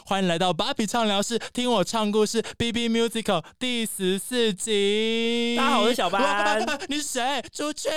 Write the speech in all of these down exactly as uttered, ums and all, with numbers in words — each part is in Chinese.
欢迎来到芭比畅聊室，听我唱故事 B B Musical 第十四集。 大家好，我是小班。 你是谁？出去！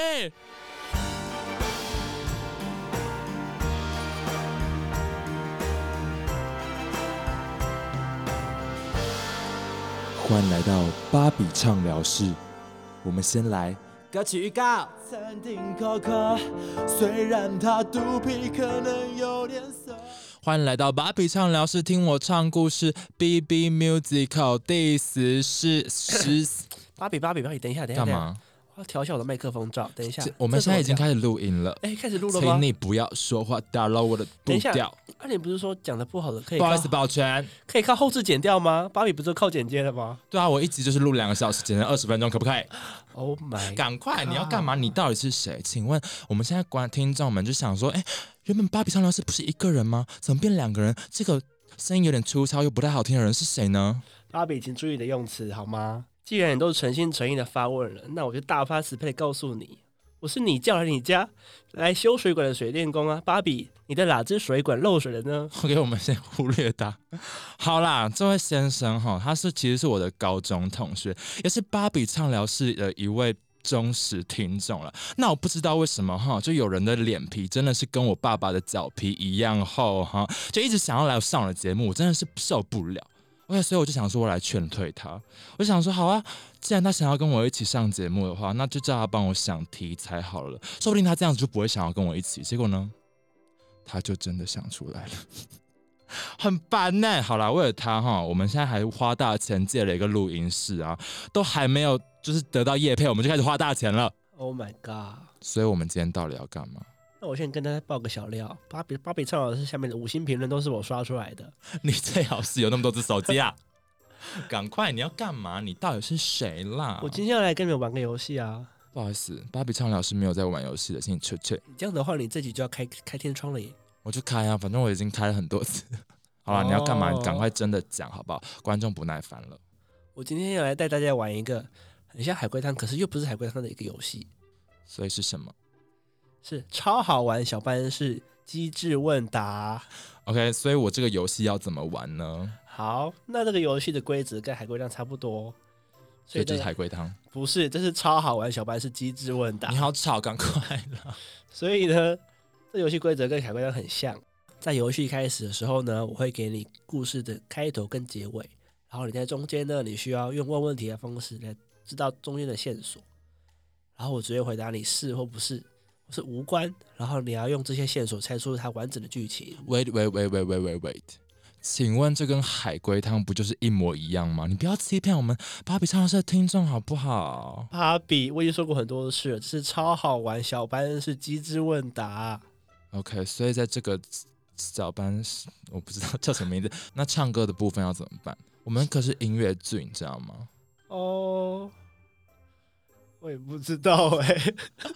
欢迎来到芭比畅聊室，我们先来歌曲预告。 餐厅 Coco， 虽然他肚皮可能有点涩。 欢迎来到芭比畅聊室，听我唱故事 B B Musical 第十四十。 芭比芭比芭比，等一下，等一下， 干嘛？ 我要调一下我的麦克风罩。等一下， 我们现在已经开始录音了。 哎，开始录了吗？ 请你不要说话，打扰我的步调。 啊，你不是说讲的不好的可以？ 不好意思，抱歉。 可以靠后置剪掉吗？芭比不是靠剪接的吗？ 对啊，我一集就是录两个小时，剪成二十分钟，可不可以 ？Oh my！ 赶快，你要干嘛？你到底是谁？请问我们现在观听众们就想说，哎，原本芭比畅聊室不是一个人吗？怎么变两个人？这个声音有点粗糙又不太好听的人是谁呢？ 芭比，请注意你的用词好吗？既然你都是诚心诚意的发问了，那我就大发慈悲的告诉你，我是你叫来你家来修水管的水电工啊，芭比，你的哪只水管漏水了呢 ？OK， 我们先忽略他。好啦，这位先生哈，他是其实是我的高中同学，也是芭比畅聊室的一位忠实听众了。那我不知道为什么哈，就有人的脸皮真的是跟我爸爸的脚皮一样厚哈，就一直想要来上我的节目，我真的是受不了。OK， 所以我就想说，我来劝退他。我就想说，好啊，既然他想要跟我一起上节目的话，那就叫他帮我想题材好了。说不定他这样子就不会想要跟我一起。结果呢，他就真的想出来了，很烦呢、欸。好啦，为了他哈，我们现在还花大钱借了一个录音室啊，都还没有就是得到业配，我们就开始花大钱了。 Oh my god！ 所以我们今天到底要干嘛？ 那我先跟大家报个小料，芭比芭比畅聊室下面的五星评论都是我刷出来的。 你最好是有那么多只手机啊！赶快，你要干嘛？你到底是谁啦？ 我今天要来跟你们玩个游戏啊！ 不好意思，芭比畅聊室没有在玩游戏的，请你出去。 你这样的话，你这集就要开开天窗了耶！ 我就开啊，反正我已经开了很多次。好啦，哦、你要干嘛？你赶快真的讲好不好？观众不耐烦了。 我今天要来带大家玩一个很像海龟汤，可是又不是海龟汤的一个游戏。 所以是什么？ 是超好玩小班式机智问答。 OK， 所以我这个游戏要怎么玩呢？ 好，那这个游戏的规则跟海龟汤差不多， 所以这是海龟汤？ 不是，这是超好玩小班式机智问答。 你好吵，赶快啦！ 所以呢，这游戏规则跟海龟汤很像。在游戏开始的时候呢，我会给你故事的开头跟结尾，然后你在中间呢，你需要用问问题的方式来知道中间的线索，然后我直接回答你是或不是，或是无关，然后你要用这些线索猜出它完整的剧情。 Wait wait wait wait wait wait wait， 请问这跟海龟汤不就是一模一样吗？你不要欺骗我们芭比畅聊室的听众好不好？ 芭比，我已经说过很多次了，这是超好玩小班是机智问答。 OK， 所以在这个小班我不知道叫什么名字，那唱歌的部分要怎么办？我们可是音乐剧，你知道吗？ 哦，我也不知道哎、欸。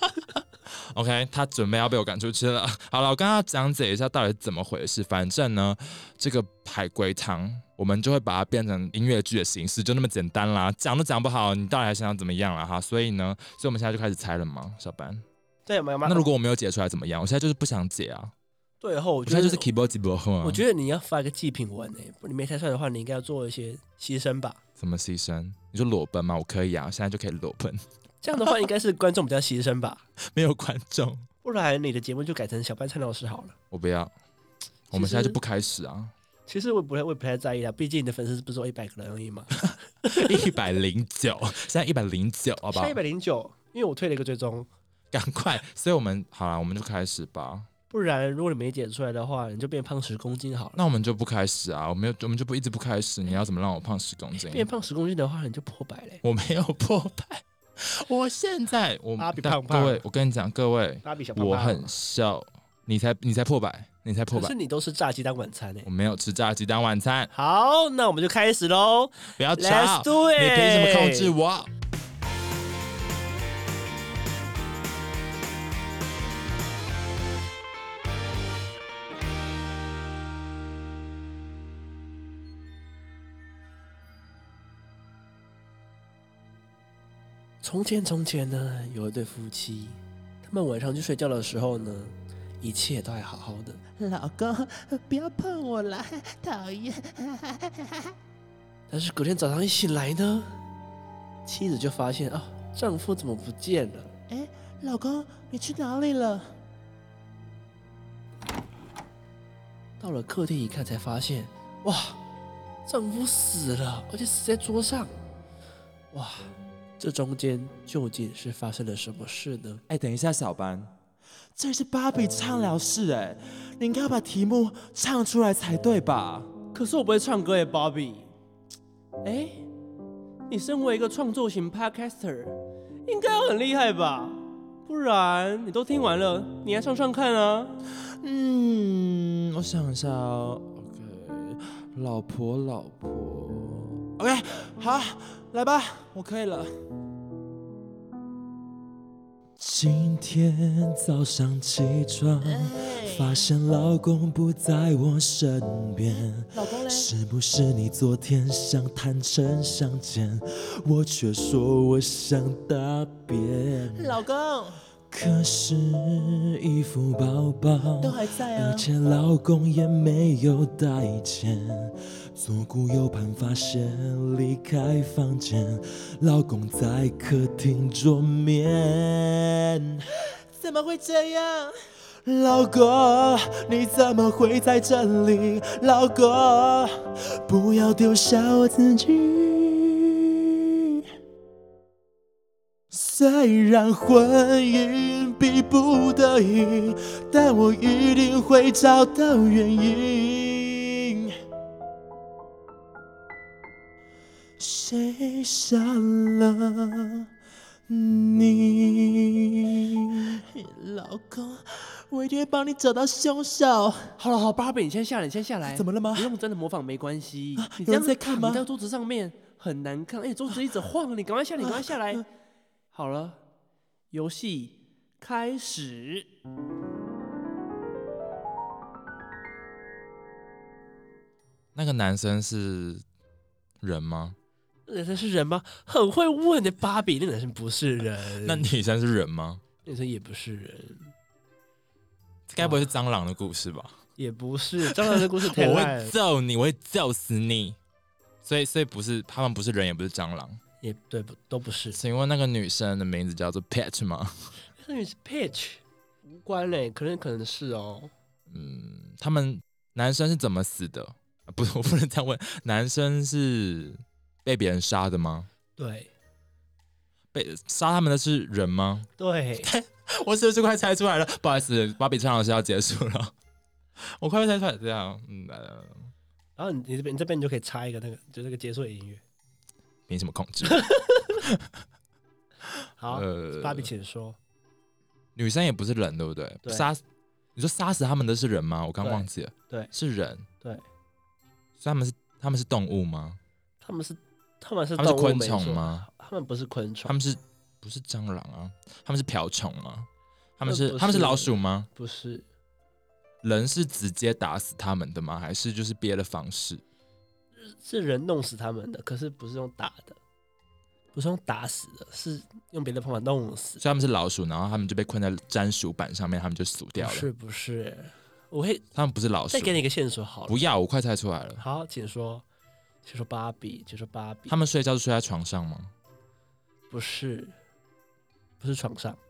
OK， 他准备要被我赶出去了。好了，我刚刚讲解一下到底怎么回事。反正呢，这个海龟汤我们就会把它变成音乐剧的形式，就那么简单啦。讲都讲不好，你到底还想要怎么样啦？哈，所以呢，所以我们现在就开始猜了吗？小班， 对，有没有？ 那如果我没有解出来怎么样？我现在就是不想解啊。 对后， 我现在就是 keyboard keyboard。 我觉得你要发一个祭品文诶、欸，你没猜出来的话，你应该要做一些牺牲吧？ 什么牺牲？你说裸奔吗？我可以啊，现在就可以裸奔。 这样的话，应该是观众比较牺牲吧？ 没有观众， 不然你的节目就改成小班畅聊室好了。 我不要，我们现在就不开始啊。 其实我不太，我也不太在意啦，毕竟你的粉丝不是说一百个人而已嘛。 一百零九，现在一百零九，好不好？ 现在一百零九，因为我退了一个追踪。 赶快，所以我们好了，我们就开始吧。 不然，如果你没解出来的话，你就变胖十公斤好了。 那我们就不开始啊，我们我们就不一直不开始。你要怎么让我胖十公斤？ 变胖十公斤的话，你就破百嘞。 我没有破百，我现在我芭比胖胖。 各位，我跟你讲，各位， 芭比小胖胖， 我很瘦，你才你才破百，你才破百。 可是你都是炸鸡当晚餐诶。 我没有吃炸鸡当晚餐。 好，那我们就开始喽。 不要吵 ，Let's do it！ 你凭什么控制我？ 从前从前呢，有一对夫妻，他们晚上去睡觉的时候呢， 一切都还好好的。 老公，不要碰我啦，讨厌。 但是隔天早上一醒来呢，妻子就发现啊，丈夫怎么不见了？ 哎，老公，你去哪里了？ 到了客厅一看，才发现，哇，丈夫死了，而且死在桌上。哇，这中间究竟是发生了什么事呢？ 哎，等一下，小班，这是芭比畅聊室，哎，你应该要把题目唱出来才对吧？ 可是我不会唱歌耶，芭比。哎，你身为一个创作型 podcaster， 应该要很厉害吧？不然你都听完了，你来唱唱看啊。 嗯，我想一下哦。OK， 老婆，老婆。OK， 好，来吧，我可以了。今天早上起床，发现老公不在我身边。 老公嘞？ 是不是你昨天想坦诚相见，我却说我想大便？ 老公。 可是衣服包包都还在啊， 而且老公也没有带钱。左顾右盼发现离开房间，老公在客厅桌面。 怎么会这样？ 老公，你怎么会在这里？老公，不要丢下我自己。虽然婚姻逼不得已，但我一定会找到原因。谁杀了你？老公，我一定会帮你找到凶手。 好了好，芭比，你先下来，你先下来。 怎么了吗？ 不用真的模仿没关系。 啊、 你这样有人在看吗？ 躺在桌子上面很难看，而且桌子一直晃，你赶快下来，你赶快下来。啊、好了，游戏开始。 那个男生是人吗？ 那男生是人吗？很会问的，芭比，那男生不是人。 那女生是人吗？ 女生也不是人。 该不会是蟑螂的故事吧？ 也不是，蟑螂的故事太烂。 我会揍你，我会揍死你。所以，所以不是他们不是人，也不是蟑螂， 也对，不都不是。 请问那个女生的名字叫做 Peach 吗？ 那女是 Peach， 无关嘞，可能可能是哦。 嗯，他们男生是怎么死的？不是，我不能这样问。男生是被别人杀的吗？ 对。 被杀他们的是人吗？ 对。 我是不是快猜出来了？不好意思，芭比畅老师要结束了，我快猜出来。这样，嗯， 然后你你这边你这边你就可以插一个那个，就那个结束的音乐。 凭什么控制？ 好，呃、芭比请说。 女生也不是人，对不对？ 对杀，你说杀死他们的是人吗？我刚忘记了。 对， 是人。 对， 所以他们是他们是动物吗？ 他们是他们是他们是昆虫吗？ 他们不是昆虫， 他们是不是蟑螂啊？他们是瓢虫吗？他们是他们是老鼠吗？ 不是。 人是直接打死他们的吗？还是就是别的方式？ 是人弄死他们的，可是不是用打的，不是用打死的，是用别的方法弄死。 所以他们是老鼠，然后他们就被困在粘鼠板上面，他们就死掉了。 不是不是，我会他们不是老鼠。 再给你一个线索好了。 不要，我快猜出来了。 好，请说，请说芭比，请说芭比。 他们睡觉是睡在床上吗？ 不是，不是床上。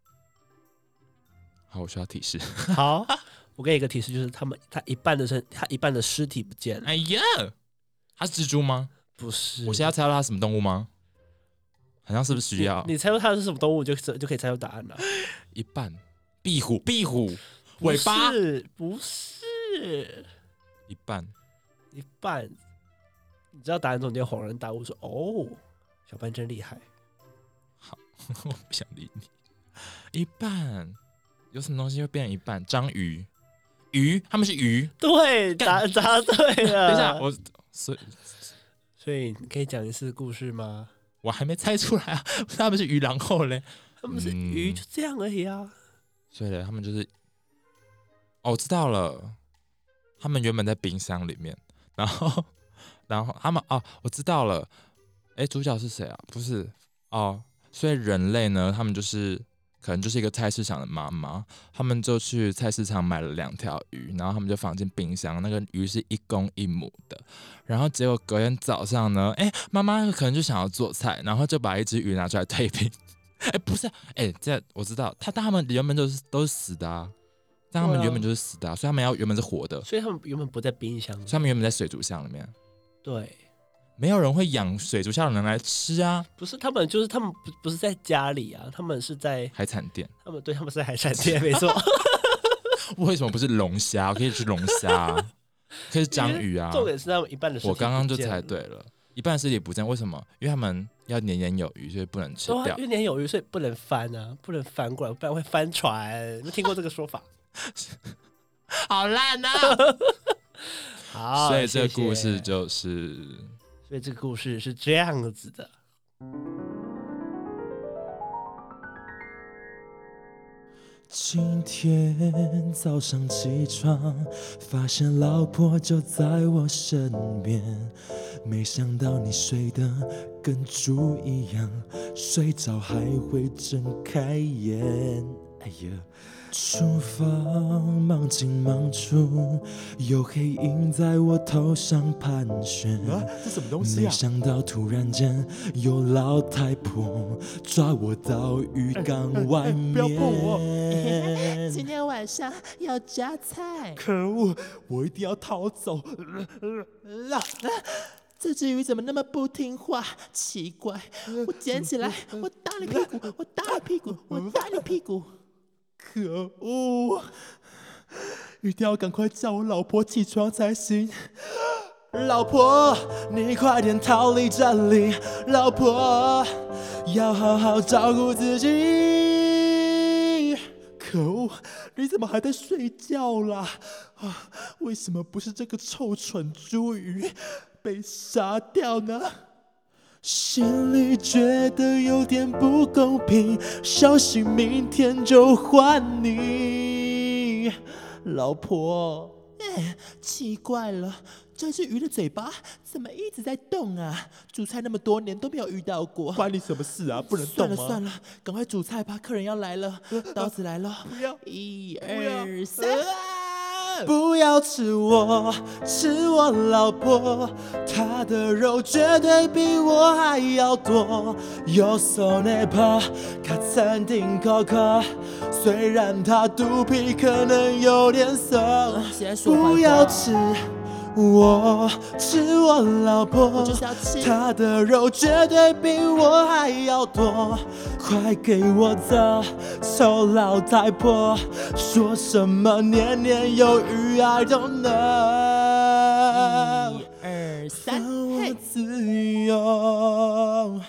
好，我需要提示。 好，我给你一个提示，就是他们他一半的身，他一半的尸体不见了。 哎呀，他是蜘蛛吗？ 不是。 我现在猜到他什么动物吗？好像是不是需要？ 你, 你猜出他是什么动物就就可以猜出答案了。 一半，壁虎，壁虎，尾巴？ 不是，不是。 一半， 一半。你知道答案中间恍然大悟说：“哦，小班真厉害。” 好，我不想理你。一半。有什么东西会变成一半？章鱼，鱼，他们是鱼。 对，答答对了。 等一下，我所以所以你可以讲一次故事吗？ 我还没猜出来啊！他们是鱼，然后嘞， 他们是鱼，嗯、就这样而已啊。 所以他们就是，哦，我知道了，他们原本在冰箱里面，然后，然后他们哦，我知道了，哎，主角是谁啊？不是哦，所以人类呢，他们就是。 可能就是一个菜市场的妈妈，他们就去菜市场买了两条鱼，然后他们就放进冰箱，那个鱼是一公一母的，然后结果隔天早上呢，哎，妈妈可能就想要做菜，然后就把一只鱼拿出来退冰。哎，不是，哎，这我知道，他但他们原本都是都是死的啊，但他们原本就是死的、啊，所以他们要原本是活的， 所以他们原本不在冰箱，所以他们原本在水族箱里面。 对， 没有人会养水族箱的人来吃啊。 不是，他们就是他们不不是在家里啊，他们是在海产店。 他们对他们是在海产店，没错。 为什么不是龙虾？我可以吃龙虾、啊，可以是章鱼啊。 重点是他们一半的尸体不见了， 我刚刚就猜对了，一半的尸体不见，为什么？因为他们要年年有余，所以不能吃掉。 因为年年有余，所以不能翻啊，不能翻过来，不然会翻船。有没有听过这个说法？ 好烂啊！ 好， 所以这个故事谢谢就是， 所以这个故事是这样子的。 今天早上起床，发现老婆就在我身边，没想到你睡得跟猪一样，睡着还会睁开眼。哎呀，厨房忙进忙出，有黑影在我头上盘旋。 啊，这什么东西啊？ 没想到突然间有老太婆抓我到浴缸外面。 哎哎哎不要碰我！ 今天晚上要加菜。 可恶，我一定要逃走！ 啊这只鱼怎么那么不听话？奇怪，我捡起来，我打你屁股，我打你屁股，我打你屁股。 可恶！一定要赶快叫我老婆起床才行。 老婆，你快点逃离这里！老婆，要好好照顾自己。 可恶！你怎么还在睡觉啦？啊，为什么不是这个臭蠢猪鱼被杀掉呢？ 心里觉得有点不公平，小心明天就还你。老婆，哎，奇怪了，这只鱼的嘴巴怎么一直在动啊？煮菜那么多年都没有遇到过。 关你什么事啊？不能算动吗？ 了算了，赶快煮菜吧，客人要来了，刀子来了。 不要！ 一要二三。不要吃我，吃我老婆，她的肉绝对比我还要多。有手内怕，卡餐厅口渴，虽然她肚皮可能有点松。不要吃我，吃我老婆，她的肉绝对比我还要多。快给我走，臭老太婆！说什么年年有余 ，I don't know。一二三，放我自由。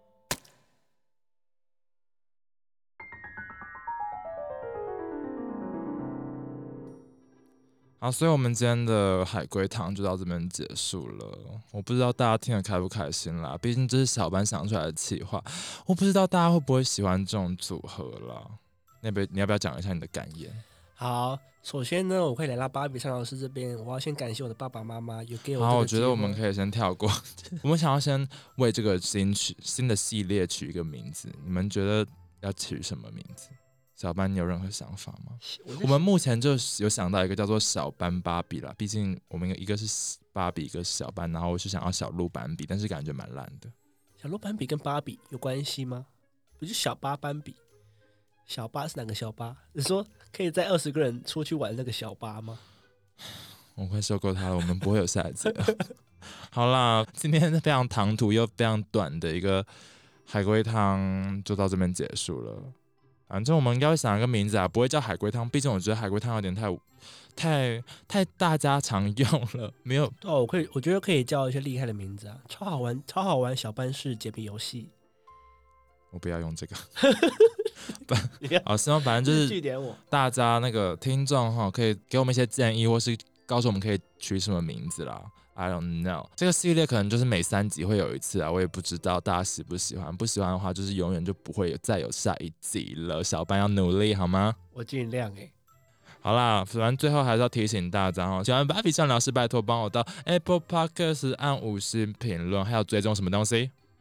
好，所以我们今天的海龟汤就到这边结束了。我不知道大家听得开不开心啦，毕竟这是小班想出来的企划，我不知道大家会不会喜欢这种组合啦。那边你要不要讲一下你的感言？ 好，首先呢，我会来到芭比尚老师这边，我要先感谢我的爸爸妈妈有给我。 好，我觉得我们可以先跳过。我们想要先为这个新曲新的系列取一个名字，你们觉得要取什么名字？小班，你有任何想法吗？我, 我们目前就有想到一个叫做小班芭比啦，毕竟我们一个是芭比，一个是小班，然后我是想要小鹿斑比，但是感觉蛮烂的。 小鹿斑比跟芭比有关系吗？不是小巴斑比？小巴是哪个小巴？你说可以载二十个人出去玩那个小巴吗？ 我快受够它了，我们不会有下一集了。好啦，今天非常唐突又非常短的一个海龟汤就到这边结束了。反正我们应该会想一个名字啊，不会叫海龟汤，毕竟我觉得海龟汤有点太太太大家常用了，没有。 哦，我可以，我觉得可以叫一些厉害的名字啊，超好玩，超好玩小班式解谜游戏。 我不要用这个。好，希望反正就是大家那个听众哈，可以给我们一些建议，或是告诉我们可以取什么名字啦。I don't know， 这个系列可能就是每三集会有一次啊，我也不知道大家喜不喜欢，不喜欢的话就是永远就不会有再有下一集了。小班要努力好吗？ 我尽量哎、欸。 好啦，反正最后还是要提醒大家哦，喜欢芭比上老师，拜托帮我到 Apple Podcast 按五星评论，还有追踪什么东西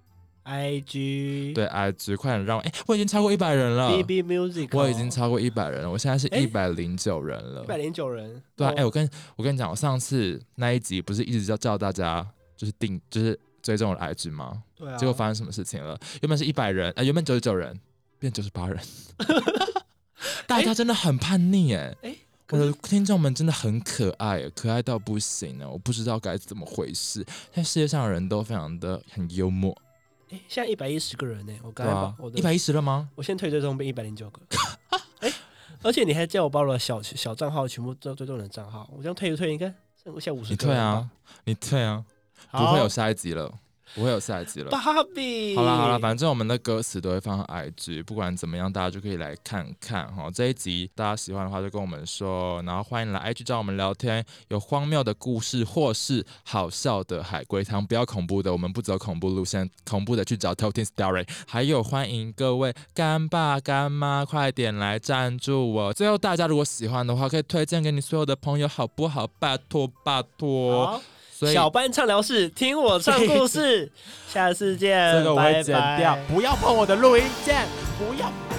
I G 对 I G， 快点让我，哎、欸，我已经超过一百人了 ，B B Music， 我已经超过一百人了，我现在是一百零九人了， 一百零九人。 对啊，哎、欸，我跟我跟你讲，我上次那一集不是一直叫叫大家就是定就是追踪我的 I G 吗？ 对啊。 结果发生什么事情了？原本是一百人，呃，原本九十九人变九十八人，大家真的很叛逆哎、欸。哎、欸。我的听众们真的很可爱，可爱到不行呢！我不知道该怎么回事。现在世界上的人都非常的很幽默。 哎，现在一百一十个人呢，我刚才把我的一百一十了吗？ 我先退追踪变一百零九个。哎，而且你还叫我把我的小小账号全部都追踪你的账号，我这样退一退，应该剩下五十个人吧。 你退啊，你退啊，不会有下一集了。不会有下一集了。 芭比， 好啦好啦，反正我们的歌词都会放上 I G， 不管怎么样，大家就可以来看看哈。这一集大家喜欢的话，就跟我们说，然后欢迎来 I G 找我们聊天，有荒谬的故事或是好笑的海龟汤，不要恐怖的，我们不走恐怖路线，恐怖的去找 Totin Story。还有欢迎各位干爸干妈，快点来赞助我。最后大家如果喜欢的话，可以推荐给你所有的朋友，好不好？拜托拜托。 小班畅聊室，听我唱故事，下次见， 这个我会剪掉， 拜拜， 不要碰我的录音键，不要。